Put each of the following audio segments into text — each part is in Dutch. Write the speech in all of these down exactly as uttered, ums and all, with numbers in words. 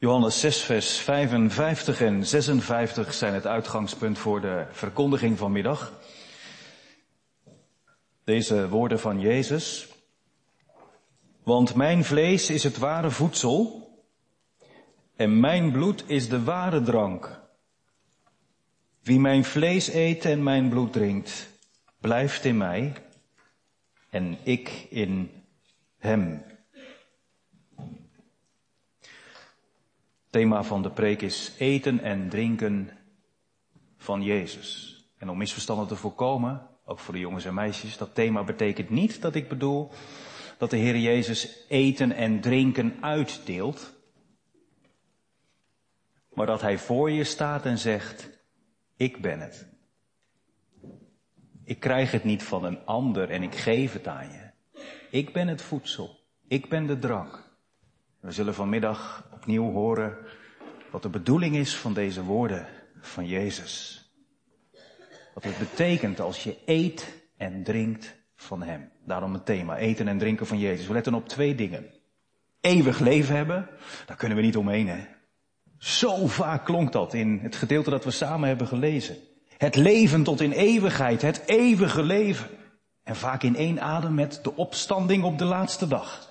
Johannes zes, vers vijfenvijftig en zesenvijftig zijn het uitgangspunt voor de verkondiging vanmiddag. Deze woorden van Jezus. Want mijn vlees is het ware voedsel en mijn bloed is de ware drank. Wie mijn vlees eet en mijn bloed drinkt, blijft in mij en ik in hem. Het thema van de preek is eten en drinken van Jezus. En om misverstanden te voorkomen, ook voor de jongens en meisjes, dat thema betekent niet dat ik bedoel dat de Heer Jezus eten en drinken uitdeelt, maar dat Hij voor je staat en zegt, ik ben het. Ik krijg het niet van een ander en ik geef het aan je. Ik ben het voedsel. Ik ben de drank. We zullen vanmiddag opnieuw horen wat de bedoeling is van deze woorden van Jezus. Wat het betekent als je eet en drinkt van Hem. Daarom het thema, eten en drinken van Jezus. We letten op twee dingen. Eeuwig leven hebben, daar kunnen we niet omheen, hè. Zo vaak klonk dat in het gedeelte dat we samen hebben gelezen. Het leven tot in eeuwigheid, het eeuwige leven. En vaak in één adem met de opstanding op de laatste dag.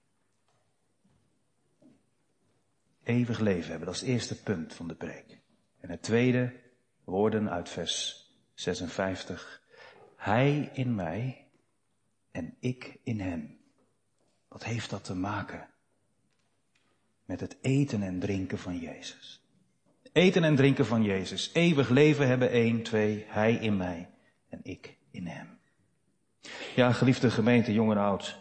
Eeuwig leven hebben, dat is het eerste punt van de preek. En het tweede, woorden uit vers zesenvijftig. Hij in mij en ik in hem. Wat heeft dat te maken met het eten en drinken van Jezus? Eten en drinken van Jezus. Eeuwig leven hebben, één, twee, hij in mij en ik in hem. Ja, geliefde gemeente, jong en oud.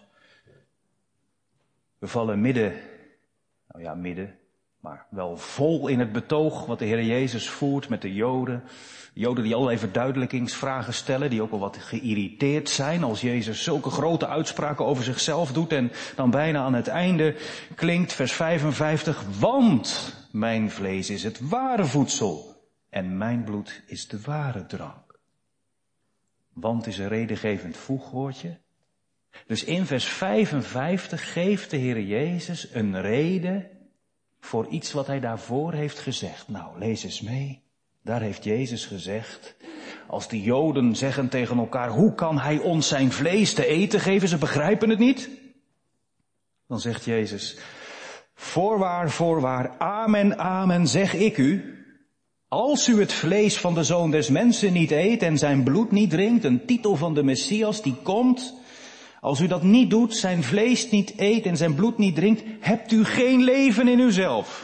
We vallen midden, nou ja, midden, maar wel vol in het betoog wat de Heer Jezus voert met de Joden. De Joden die allerlei verduidelijkingsvragen stellen, die ook wel wat geïrriteerd zijn als Jezus zulke grote uitspraken over zichzelf doet. En dan bijna aan het einde klinkt vers vijfenvijftig, want mijn vlees is het ware voedsel en mijn bloed is de ware drank. Want is een redengevend voegwoordje. Dus in vers vijfenvijftig geeft de Heer Jezus een reden voor iets wat hij daarvoor heeft gezegd. Nou, lees eens mee. Daar heeft Jezus gezegd, als de Joden zeggen tegen elkaar, hoe kan hij ons zijn vlees te eten geven? Ze begrijpen het niet. Dan zegt Jezus, voorwaar, voorwaar, amen, amen, zeg ik u. Als u het vlees van de Zoon des Mensen niet eet en zijn bloed niet drinkt, een titel van de Messias die komt. Als u dat niet doet, zijn vlees niet eet en zijn bloed niet drinkt, hebt u geen leven in uzelf.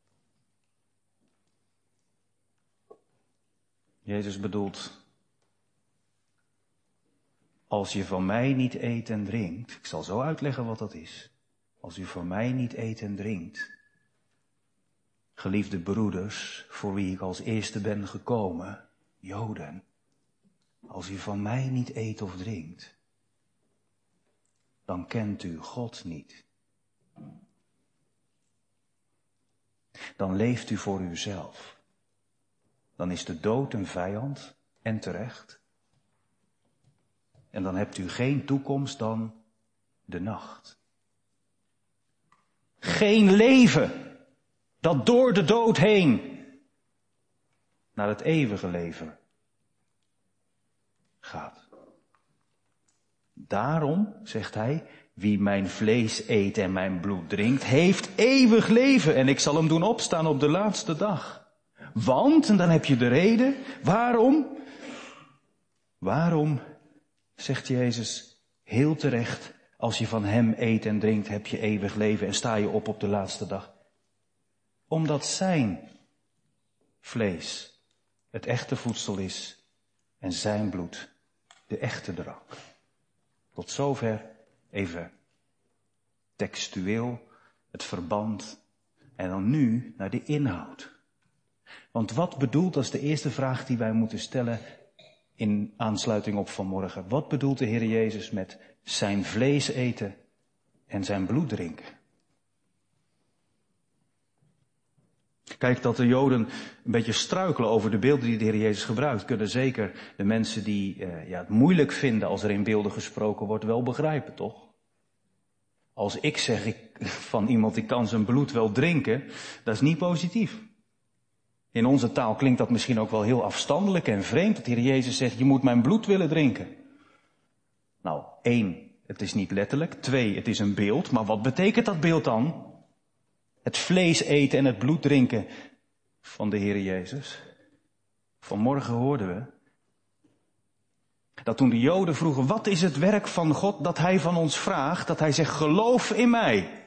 Jezus bedoelt, als je van mij niet eet en drinkt, ik zal zo uitleggen wat dat is. Als u van mij niet eet en drinkt, geliefde broeders, voor wie ik als eerste ben gekomen, Joden, als u van mij niet eet of drinkt, dan kent u God niet. Dan leeft u voor uzelf. Dan is de dood een vijand, en terecht. En dan hebt u geen toekomst dan de nacht. Geen leven dat door de dood heen naar het eeuwige leven gaat. Daarom, zegt hij, wie mijn vlees eet en mijn bloed drinkt, heeft eeuwig leven en ik zal hem doen opstaan op de laatste dag. Want, en dan heb je de reden, waarom? Waarom, zegt Jezus, heel terecht, als je van hem eet en drinkt, heb je eeuwig leven en sta je op op de laatste dag. Omdat zijn vlees het echte voedsel is en zijn bloed de echte drank. Tot zover even textueel het verband en dan nu naar de inhoud. Want wat bedoelt, dat is de eerste vraag die wij moeten stellen in aansluiting op vanmorgen. Wat bedoelt de Heer Jezus met zijn vlees eten en zijn bloed drinken? Kijk, dat de Joden een beetje struikelen over de beelden die de Heer Jezus gebruikt, kunnen zeker de mensen die uh, ja, het moeilijk vinden als er in beelden gesproken wordt wel begrijpen, toch? Als ik zeg ik, van iemand, ik kan zijn bloed wel drinken, dat is niet positief. In onze taal klinkt dat misschien ook wel heel afstandelijk en vreemd, dat de Heer Jezus zegt, je moet mijn bloed willen drinken. Nou, één, het is niet letterlijk. Twee, het is een beeld. Maar wat betekent dat beeld dan? Het vlees eten en het bloed drinken van de Heer Jezus. Vanmorgen hoorden we dat toen de Joden vroegen, wat is het werk van God dat Hij van ons vraagt? Dat Hij zegt, geloof in mij.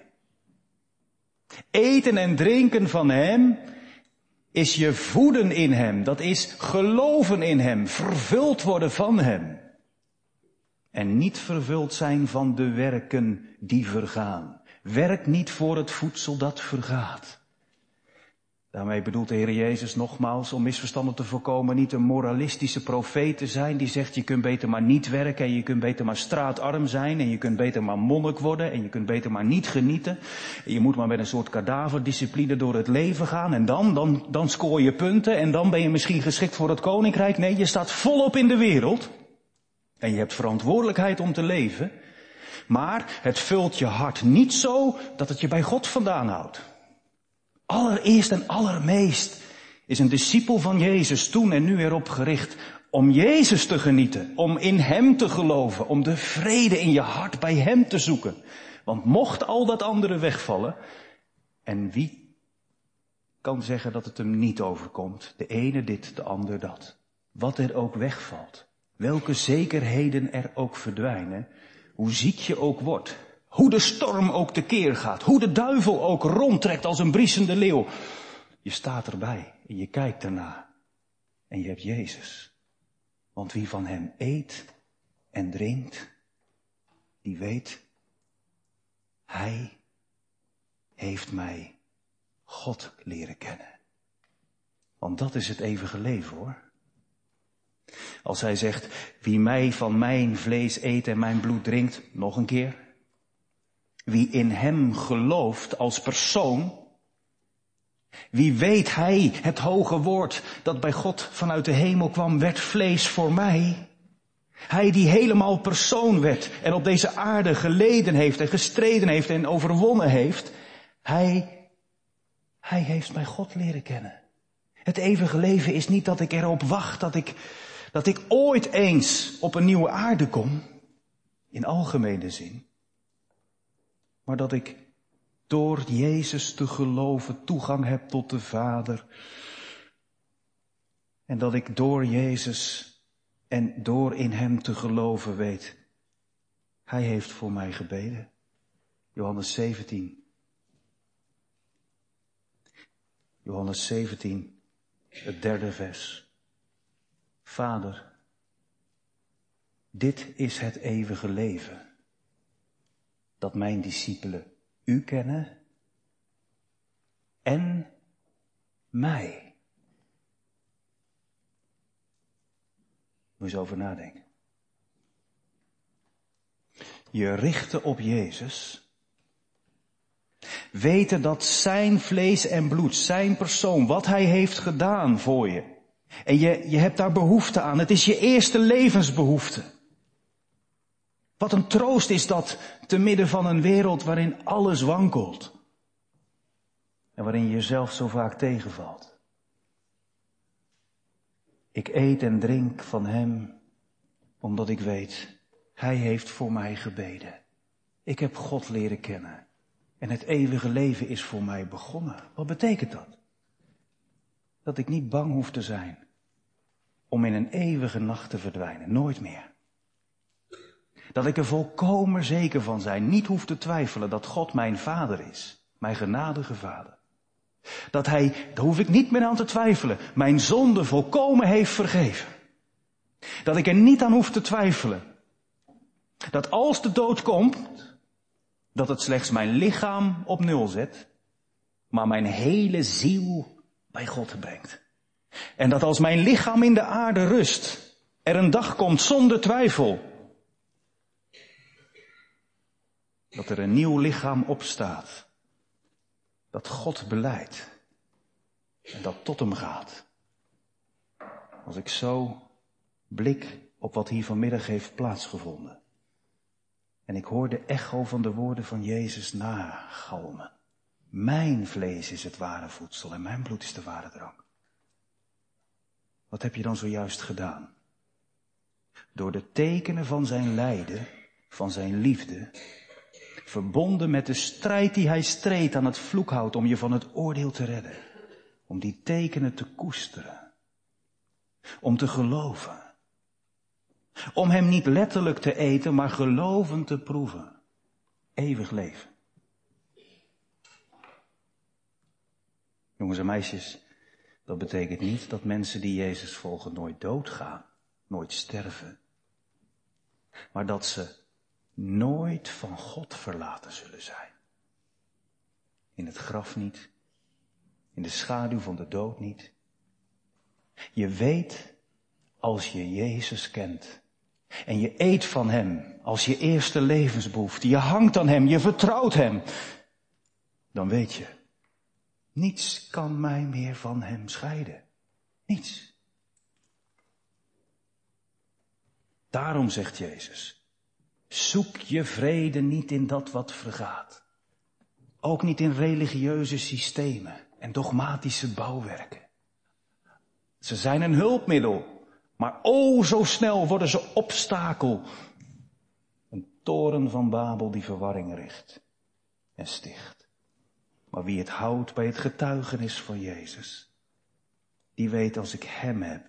Eten en drinken van Hem is je voeden in Hem. Dat is geloven in Hem, vervuld worden van Hem. En niet vervuld zijn van de werken die vergaan. Werk niet voor het voedsel dat vergaat. Daarmee bedoelt de Heer Jezus nogmaals, om misverstanden te voorkomen, niet een moralistische profeet te zijn die zegt je kunt beter maar niet werken en je kunt beter maar straatarm zijn en je kunt beter maar monnik worden en je kunt beter maar niet genieten. En je moet maar met een soort kadaverdiscipline door het leven gaan en dan, dan, dan scoor je punten en dan ben je misschien geschikt voor het koninkrijk. Nee, je staat volop in de wereld en je hebt verantwoordelijkheid om te leven, maar het vult je hart niet zo dat het je bij God vandaan houdt. Allereerst en allermeest is een discipel van Jezus toen en nu erop gericht om Jezus te genieten, om in Hem te geloven, om de vrede in je hart bij Hem te zoeken. Want mocht al dat andere wegvallen, en wie kan zeggen dat het hem niet overkomt, de ene dit, de ander dat. Wat er ook wegvalt, welke zekerheden er ook verdwijnen, hoe ziek je ook wordt, hoe de storm ook tekeer gaat, hoe de duivel ook rondtrekt als een briesende leeuw. Je staat erbij en je kijkt ernaar en je hebt Jezus. Want wie van Hem eet en drinkt, die weet, Hij heeft mij God leren kennen. Want dat is het eeuwige leven, hoor. Als Hij zegt, wie mij van mijn vlees eet en mijn bloed drinkt, nog een keer. Wie in Hem gelooft als persoon, wie weet Hij, het hoge woord dat bij God vanuit de hemel kwam, werd vlees voor mij. Hij die helemaal persoon werd en op deze aarde geleden heeft en gestreden heeft en overwonnen heeft. Hij, hij heeft mij God leren kennen. Het eeuwige leven is niet dat ik erop wacht dat ik, dat ik ooit eens op een nieuwe aarde kom, in algemene zin. Maar dat ik door Jezus te geloven toegang heb tot de Vader. En dat ik door Jezus en door in Hem te geloven weet, Hij heeft voor mij gebeden. Johannes zeventien. Johannes zeventien, het derde vers. Vader, dit is het eeuwige leven, dat mijn discipelen U kennen en mij. Moet je eens over nadenken. Je richten op Jezus, weten dat zijn vlees en bloed, zijn persoon, wat Hij heeft gedaan voor je. En je, je hebt daar behoefte aan. Het is je eerste levensbehoefte. Wat een troost is dat te midden van een wereld waarin alles wankelt. En waarin je jezelf zo vaak tegenvalt. Ik eet en drink van Hem, omdat ik weet, Hij heeft voor mij gebeden. Ik heb God leren kennen. En het eeuwige leven is voor mij begonnen. Wat betekent dat? Dat ik niet bang hoef te zijn om in een eeuwige nacht te verdwijnen. Nooit meer. Dat ik er volkomen zeker van zijn, niet hoef te twijfelen dat God mijn Vader is. Mijn genadige Vader. Dat Hij, daar hoef ik niet meer aan te twijfelen, mijn zonde volkomen heeft vergeven. Dat ik er niet aan hoef te twijfelen. Dat als de dood komt, dat het slechts mijn lichaam op nul zet, maar mijn hele ziel bij God brengt. En dat als mijn lichaam in de aarde rust, er een dag komt zonder twijfel, dat er een nieuw lichaam opstaat, dat God belijdt en dat tot Hem gaat. Als ik zo blik op wat hier vanmiddag heeft plaatsgevonden. En ik hoor de echo van de woorden van Jezus nagalmen. Mijn vlees is het ware voedsel en mijn bloed is de ware drank. Wat heb je dan zojuist gedaan? Door de tekenen van zijn lijden, van zijn liefde, verbonden met de strijd die hij streed aan het vloekhout om je van het oordeel te redden. Om die tekenen te koesteren. Om te geloven. Om hem niet letterlijk te eten, maar gelovend te proeven. Eeuwig leven. Jongens en meisjes, dat betekent niet dat mensen die Jezus volgen nooit doodgaan, nooit sterven. Maar dat ze nooit van God verlaten zullen zijn. In het graf niet, in de schaduw van de dood niet. Je weet, als je Jezus kent en je eet van hem als je eerste levensbehoefte, je hangt aan hem, je vertrouwt hem, dan weet je, niets kan mij meer van hem scheiden. Niets. Daarom zegt Jezus, zoek je vrede niet in dat wat vergaat. Ook niet in religieuze systemen en dogmatische bouwwerken. Ze zijn een hulpmiddel, maar o zo snel worden ze obstakel. Een toren van Babel die verwarring richt en sticht. Maar wie het houdt bij het getuigenis van Jezus, die weet als ik hem heb,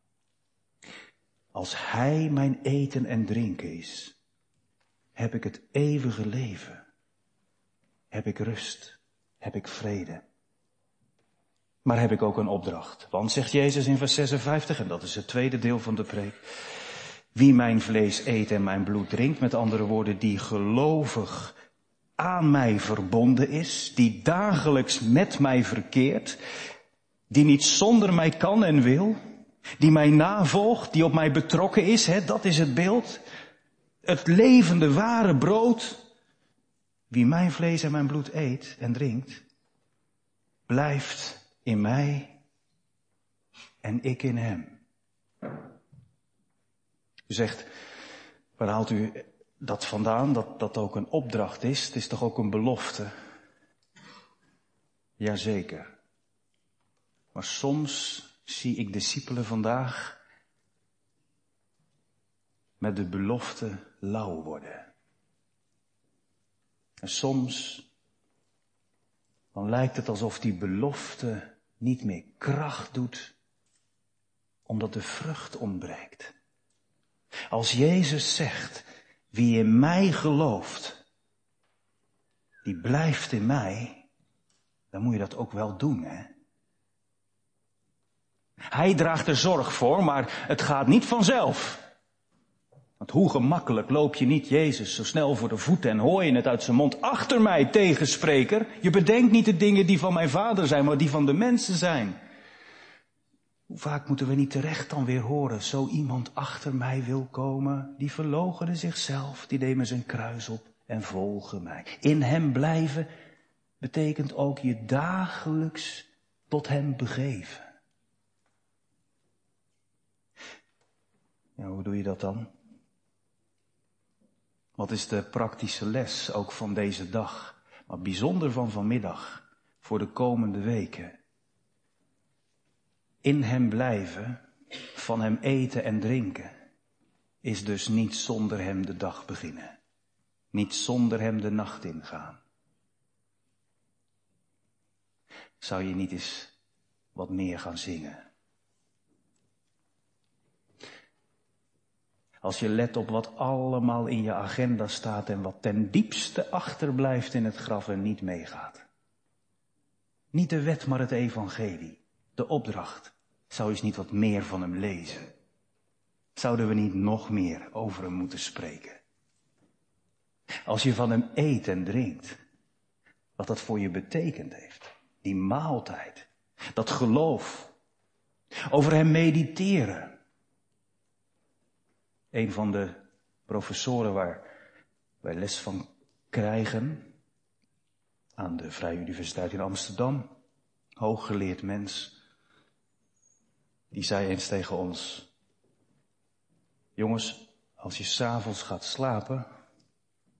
als hij mijn eten en drinken is, heb ik het eeuwige leven. Heb ik rust, heb ik vrede. Maar heb ik ook een opdracht. Want, zegt Jezus in vers zesenvijftig, en dat is het tweede deel van de preek, wie mijn vlees eet en mijn bloed drinkt, met andere woorden, die gelovig aan mij verbonden is, die dagelijks met mij verkeert, die niet zonder mij kan en wil, die mij navolgt, die op mij betrokken is, hè, dat is het beeld. Het levende, ware brood. Wie mijn vlees en mijn bloed eet en drinkt, blijft in mij en ik in hem. U zegt, waar haalt u dat vandaan, dat dat ook een opdracht is? Het is toch ook een belofte? Jazeker. Maar soms zie ik discipelen vandaag met de belofte lauw worden. En soms dan lijkt het alsof die belofte niet meer kracht doet, omdat de vrucht ontbreekt. Als Jezus zegt, wie in mij gelooft, die blijft in mij, dan moet je dat ook wel doen, hè? Hij draagt er zorg voor, maar het gaat niet vanzelf. Want hoe gemakkelijk loop je niet Jezus zo snel voor de voeten en hoor je het uit zijn mond, achter mij, tegenspreker. Je bedenkt niet de dingen die van mijn vader zijn, maar die van de mensen zijn. Hoe vaak moeten we niet terecht dan weer horen, zo iemand achter mij wil komen, die verloochenen zichzelf, die nemen zijn kruis op en volgen mij. In hem blijven betekent ook je dagelijks tot hem begeven. Ja, hoe doe je dat dan? Wat is de praktische les ook van deze dag, maar bijzonder van vanmiddag, voor de komende weken? In hem blijven, van hem eten en drinken, is dus niet zonder hem de dag beginnen. Niet zonder hem de nacht ingaan. Zou je niet eens wat meer gaan zingen? Als je let op wat allemaal in je agenda staat en wat ten diepste achterblijft in het graf en niet meegaat. Niet de wet, maar het evangelie. De opdracht. Zou je eens niet wat meer van hem lezen? Zouden we niet nog meer over hem moeten spreken? Als je van hem eet en drinkt, wat dat voor je betekend heeft. Die maaltijd. Dat geloof. Over hem mediteren. Een van de professoren waar wij les van krijgen, aan de Vrije Universiteit in Amsterdam, hooggeleerd mens, die zei eens tegen ons, jongens, als je 's avonds gaat slapen,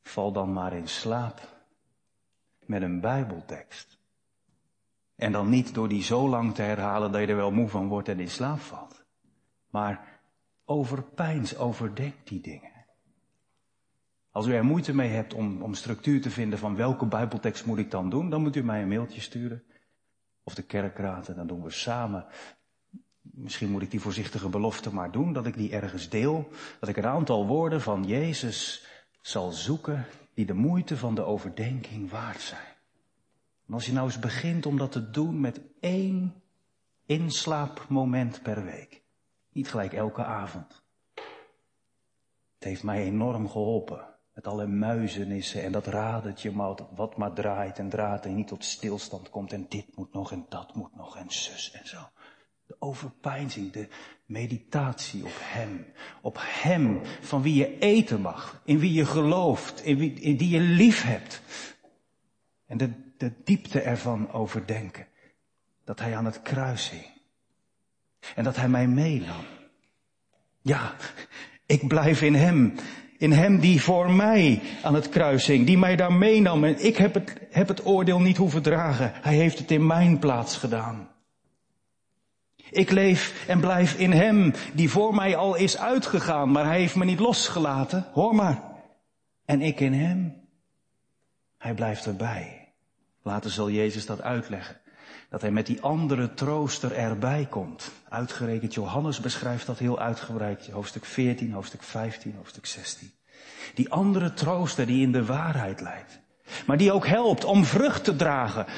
val dan maar in slaap met een Bijbeltekst. En dan niet door die zo lang te herhalen dat je er wel moe van wordt en in slaap valt. Maar overpeins, overdenk die dingen. Als u er moeite mee hebt om, om structuur te vinden van welke Bijbeltekst moet ik dan doen, dan moet u mij een mailtje sturen. Of de kerkraad, en dan doen we samen. Misschien moet ik die voorzichtige belofte maar doen, dat ik die ergens deel. Dat ik een aantal woorden van Jezus zal zoeken die de moeite van de overdenking waard zijn. En als je nou eens begint om dat te doen met één inslaapmoment per week. Niet gelijk elke avond. Het heeft mij enorm geholpen. Met alle muizenissen en dat radertje wat maar draait en draait en niet tot stilstand komt. En dit moet nog en dat moet nog en zus en zo. De overpeinzing, de meditatie op Hem. Op Hem van wie je eten mag. In wie je gelooft. In, wie, in die je lief hebt. En de, de diepte ervan overdenken. Dat Hij aan het kruis hing. En dat Hij mij meenam. Ja, ik blijf in Hem. In Hem die voor mij aan het kruis hing. Die mij daar meenam. En ik heb het, heb het oordeel niet hoeven dragen. Hij heeft het in mijn plaats gedaan. Ik leef en blijf in Hem die voor mij al is uitgegaan. Maar Hij heeft me niet losgelaten. Hoor maar. En ik in Hem. Hij blijft erbij. Later zal Jezus dat uitleggen. Dat Hij met die andere trooster erbij komt. Uitgerekend Johannes beschrijft dat heel uitgebreid. Hoofdstuk veertien, hoofdstuk vijftien, hoofdstuk zestien. Die andere trooster die in de waarheid leidt. Maar die ook helpt om vrucht te dragen.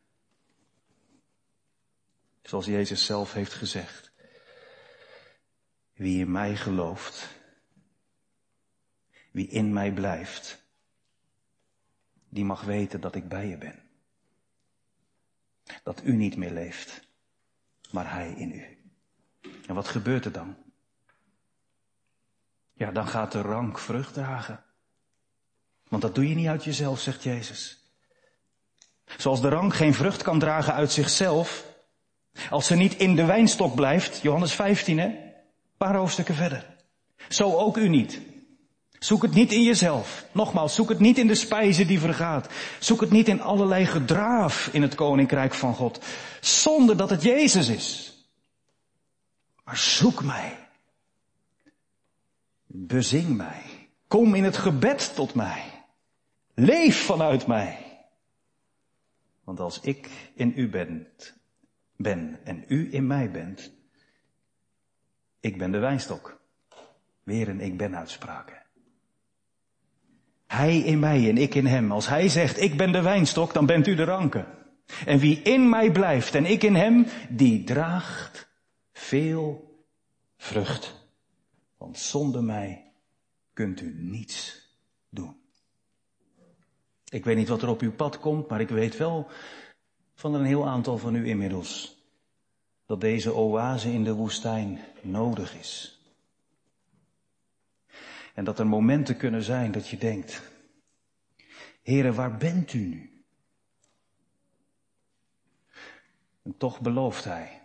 Zoals Jezus zelf heeft gezegd. Wie in mij gelooft. Wie in mij blijft. Die mag weten dat ik bij je ben. Dat u niet meer leeft, maar Hij in u. En wat gebeurt er dan? Ja, dan gaat de rank vrucht dragen. Want dat doe je niet uit jezelf, zegt Jezus. Zoals de rank geen vrucht kan dragen uit zichzelf, als ze niet in de wijnstok blijft, Johannes vijftien, hè? Een paar hoofdstukken verder. Zo ook u niet. Zoek het niet in jezelf. Nogmaals, zoek het niet in de spijze die vergaat. Zoek het niet in allerlei gedraaf in het koninkrijk van God. Zonder dat het Jezus is. Maar zoek mij. Bezing mij. Kom in het gebed tot mij. Leef vanuit mij. Want als ik in u ben, ben en u in mij bent, ik ben de wijnstok. Weer een ik ben uitspraken. Hij in mij en ik in hem. Als hij zegt, ik ben de wijnstok, dan bent u de ranken. En wie in mij blijft en ik in hem, die draagt veel vrucht. Want zonder mij kunt u niets doen. Ik weet niet wat er op uw pad komt, maar ik weet wel van een heel aantal van u inmiddels dat deze oase in de woestijn nodig is. En dat er momenten kunnen zijn dat je denkt, Heere, waar bent u nu? En toch belooft Hij,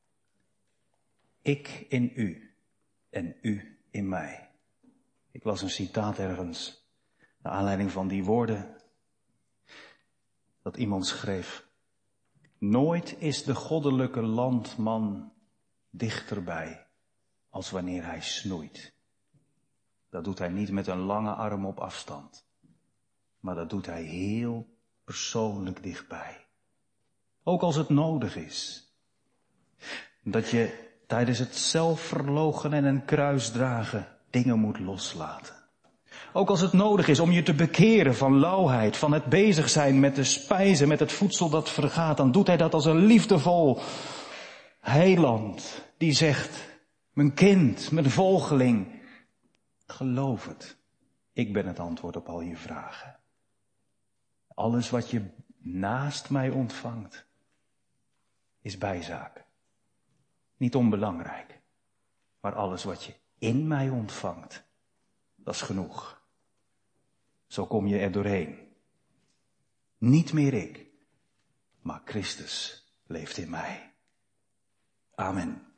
ik in u en u in mij. Ik las een citaat ergens, naar aanleiding van die woorden, dat iemand schreef, nooit is de goddelijke landman dichterbij als wanneer hij snoeit. Dat doet hij niet met een lange arm op afstand. Maar dat doet hij heel persoonlijk dichtbij. Ook als het nodig is. Dat je tijdens het zelfverloochenen en een kruis dragen dingen moet loslaten. Ook als het nodig is om je te bekeren van lauwheid, van het bezig zijn met de spijzen, met het voedsel dat vergaat. Dan doet hij dat als een liefdevol heiland die zegt, mijn kind, mijn volgeling, geloof het. Ik ben het antwoord op al je vragen. Alles wat je naast mij ontvangt, is bijzaak. Niet onbelangrijk. Maar alles wat je in mij ontvangt, dat is genoeg. Zo kom je er doorheen. Niet meer ik, maar Christus leeft in mij. Amen.